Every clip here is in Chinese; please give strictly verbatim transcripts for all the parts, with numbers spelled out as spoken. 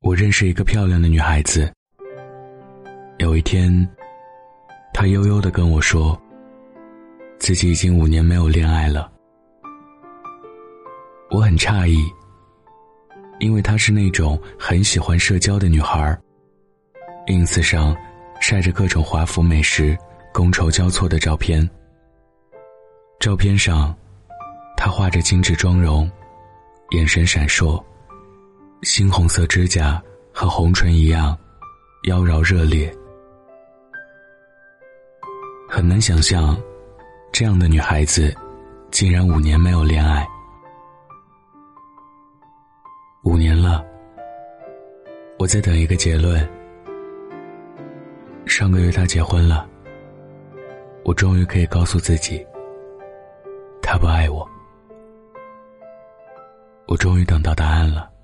我认识一个漂亮的女孩子，有一天她悠悠地跟我说，自己已经五年没有恋爱了。我很诧异，因为她是那种很喜欢社交的女孩， ins 上晒着各种华服美食觥筹交错的照片。照片上她画着精致妆容，眼神闪烁，猩红色指甲和红唇一样妖娆热烈。很难想象这样的女孩子竟然五年没有恋爱。五年了，我在等一个结论。上个月她结婚了，我终于可以告诉自己，她不爱我。我终于等到答案了。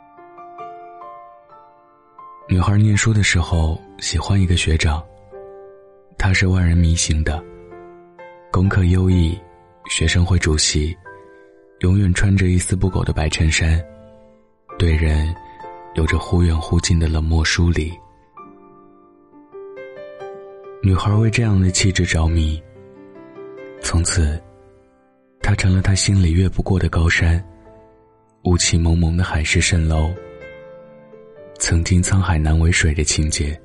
女孩念书的时候喜欢一个学长，他是万人迷型的，功课优异，学生会主席，永远穿着一丝不苟的白衬衫，对人有着忽远忽近的冷漠疏离。女孩为这样的气质着迷，从此她成了她心里越不过的高山，雾气蒙蒙的海市蜃楼，曾经沧海难为水的情节。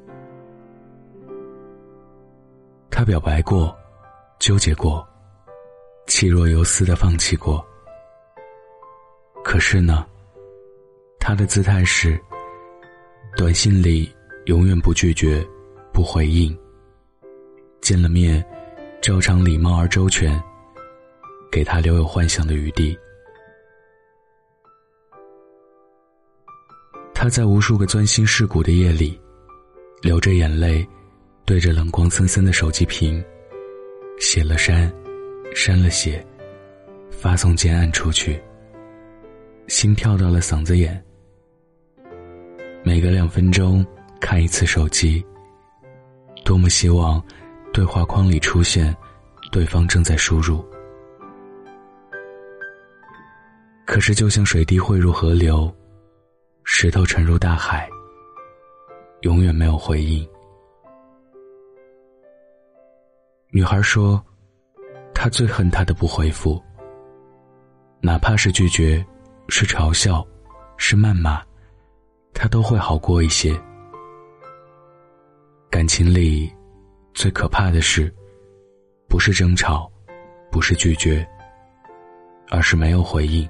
他表白过，纠结过，气若游丝地放弃过。可是呢，他的姿态是短信里永远不拒绝，不回应，见了面照常礼貌而周全，给他留有幻想的余地。他在无数个钻心蚀骨的夜里，流着眼泪，对着冷光森森的手机屏，写了删，删了写，发送键按出去，心跳到了嗓子眼。每隔两分钟看一次手机，多么希望对话框里出现对方正在输入。可是就像水滴汇入河流，石头沉入大海，永远没有回应。女孩说，她最恨他的不回复，哪怕是拒绝，是嘲笑，是谩骂，她都会好过一些。感情里最可怕的是，不是争吵，不是拒绝，而是没有回应。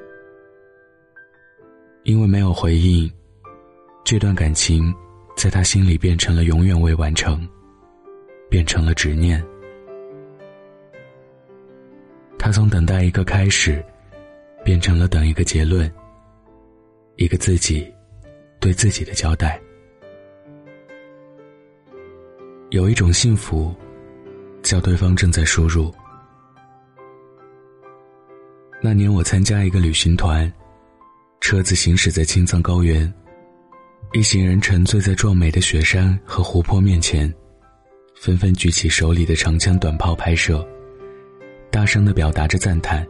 因为没有回应，这段感情在他心里变成了永远未完成，变成了执念。他从等待一个开始，变成了等一个结论，一个自己对自己的交代。有一种幸福，叫对方正在输入。那年我参加一个旅行团，车子行驶在青藏高原，一行人沉醉在壮美的雪山和湖泊面前，纷纷举起手里的长枪短炮拍摄，大声地表达着赞叹。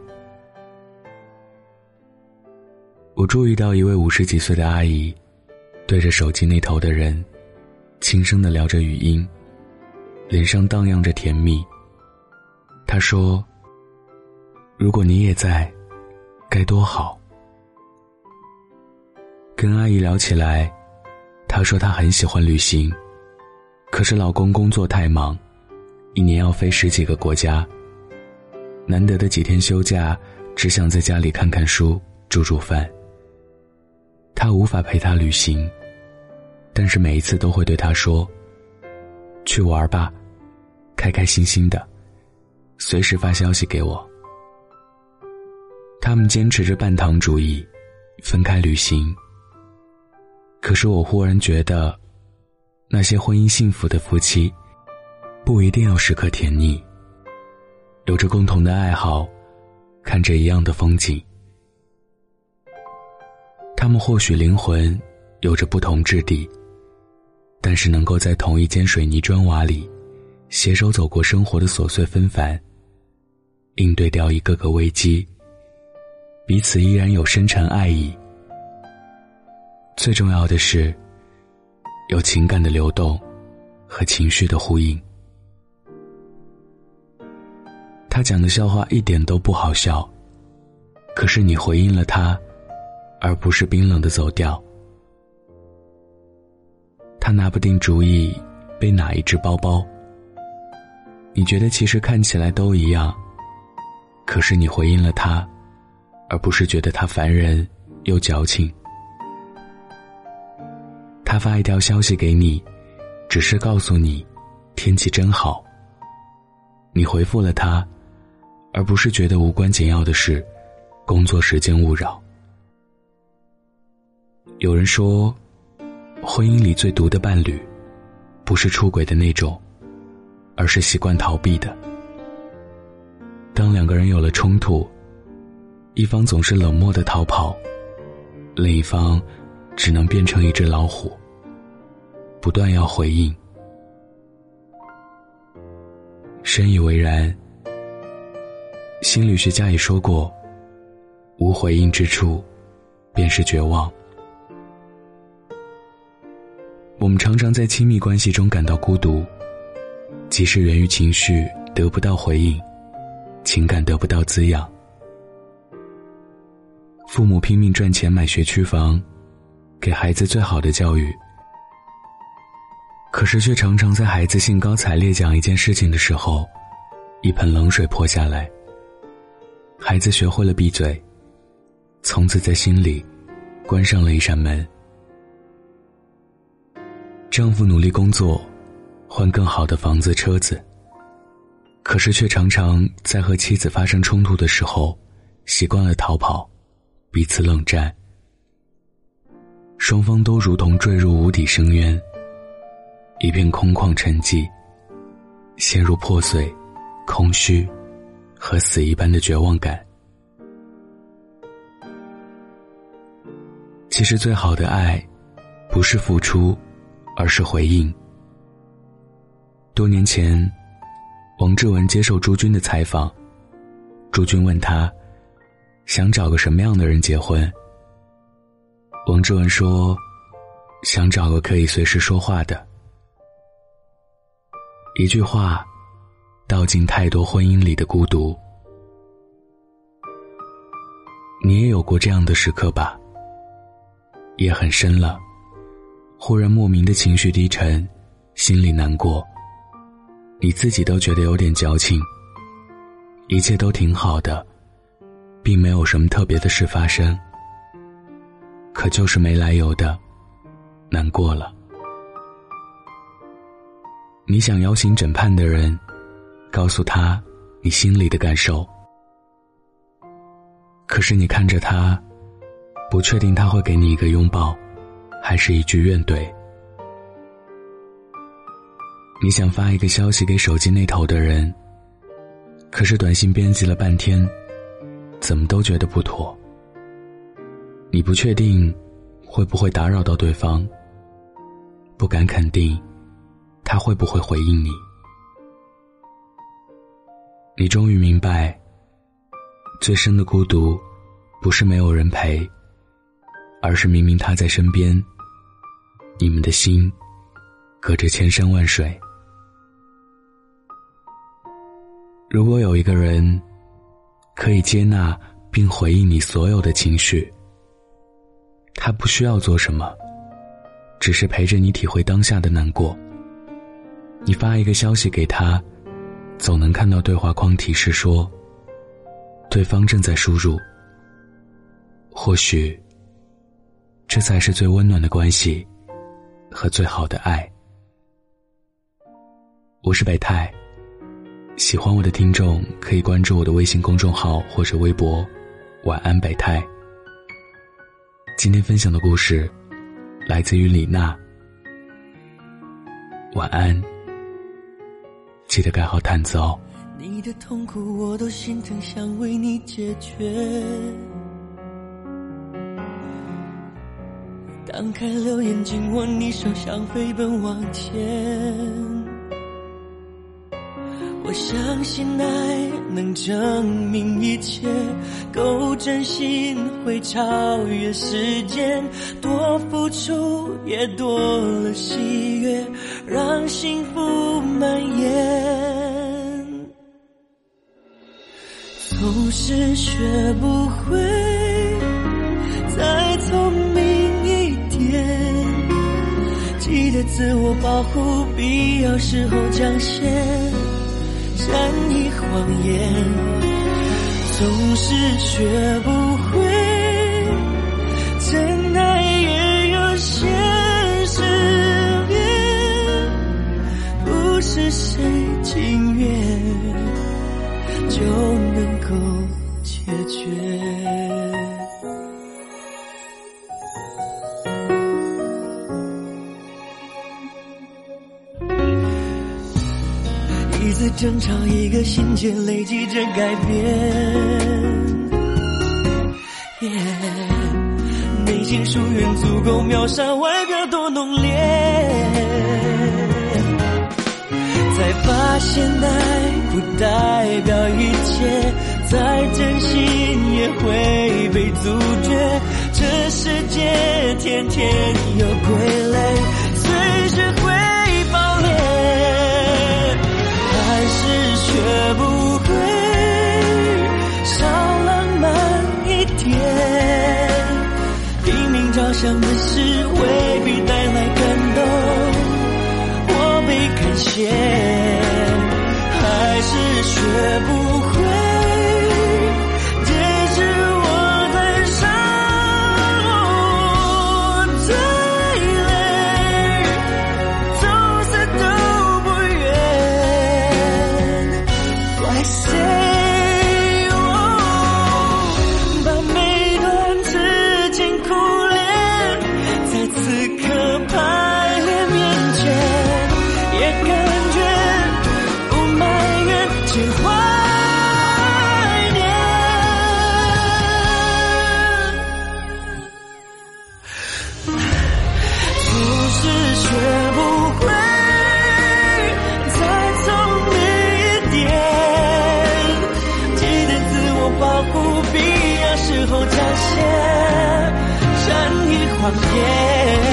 我注意到一位五十几岁的阿姨，对着手机那头的人，轻声地聊着语音，脸上荡漾着甜蜜。她说，如果你也在，该多好。跟阿姨聊起来，她说她很喜欢旅行，可是老公工作太忙，一年要飞十几个国家，难得的几天休假，只想在家里看看书，煮煮饭。她无法陪她旅行，但是每一次都会对她说，去玩吧，开开心心的，随时发消息给我。他们坚持着半糖主义，分开旅行。可是我忽然觉得，那些婚姻幸福的夫妻，不一定要时刻甜腻，有着共同的爱好，看着一样的风景。他们或许灵魂有着不同质地，但是能够在同一间水泥砖瓦里，携手走过生活的琐碎纷繁，应对掉一个个危机，彼此依然有深沉爱意。 最重要的是有情感的流动和情绪的呼应。他讲的笑话一点都不好笑，可是你回应了他，而不是冰冷的走掉。他拿不定主意背哪一只包包，你觉得其实看起来都一样，可是你回应了他，而不是觉得他烦人又矫情。他发一条消息给你，只是告诉你天气真好，你回复了他，而不是觉得无关紧要的事，工作时间勿扰。有人说，婚姻里最毒的伴侣不是出轨的那种，而是习惯逃避的。当两个人有了冲突，一方总是冷漠地逃跑，另一方只能变成一只老虎，不断要回应。深以为然。心理学家也说过，无回应之处便是绝望。我们常常在亲密关系中感到孤独，即是源于情绪得不到回应，情感得不到滋养。父母拼命赚钱买学区房，给孩子最好的教育，可是却常常在孩子兴高采烈讲一件事情的时候，一盆冷水泼下来。孩子学会了闭嘴，从此在心里关上了一扇门。丈夫努力工作，换更好的房子车子，可是却常常在和妻子发生冲突的时候，习惯了逃跑，彼此冷战。双方都如同坠入无底深渊，一片空旷沉寂，陷入破碎、空虚和死一般的绝望感。其实最好的爱不是付出，而是回应。多年前，王志文接受朱军的采访，朱军问他想找个什么样的人结婚。王志文说，想找个可以随时说话的。一句话道尽太多婚姻里的孤独。你也有过这样的时刻吧？夜很深了，忽然莫名的情绪低沉，心里难过，你自己都觉得有点矫情，一切都挺好的，并没有什么特别的事发生，可就是没来由的难过了。你想邀请枕畔的人，告诉他你心里的感受，可是你看着他，不确定他会给你一个拥抱，还是一句怨怼。你想发一个消息给手机那头的人，可是短信编辑了半天，怎么都觉得不妥。你不确定会不会打扰到对方，不敢肯定他会不会回应你。你终于明白，最深的孤独不是没有人陪，而是明明他在身边，你们的心隔着千山万水。如果有一个人可以接纳并回应你所有的情绪，他不需要做什么，只是陪着你体会当下的难过。你发一个消息给他，总能看到对话框提示说对方正在输入。或许这才是最温暖的关系和最好的爱。我是北太，喜欢我的听众可以关注我的微信公众号或者微博晚安北太。今天分享的故事来自于李娜。晚安，记得盖好毯子哦。 你的痛苦我都心疼，想为你解决。当开了眼睛，握你手想飞奔往前。 我相信爱能证明一切，够真心会超越时间，多付出也多了喜悦，让幸福蔓延。总是学不会再聪明一点，记得自我保护，必要时候讲些善意谎言。总是学不会真爱也有现实面，不是谁情愿就能够解决。一次争吵，一个心结，累积着改变。Yeah, 内心疏远足够秒杀外表多浓烈，才发现爱不代表一切，再真心也会被阻绝。这世界天天有傀儡，随时会爆裂，还是学不会少浪漫一点，拼命着想的事未必带来感动，我被感谢，还是学不会解释我在伤我最累，走死都不愿怪谁。谎言，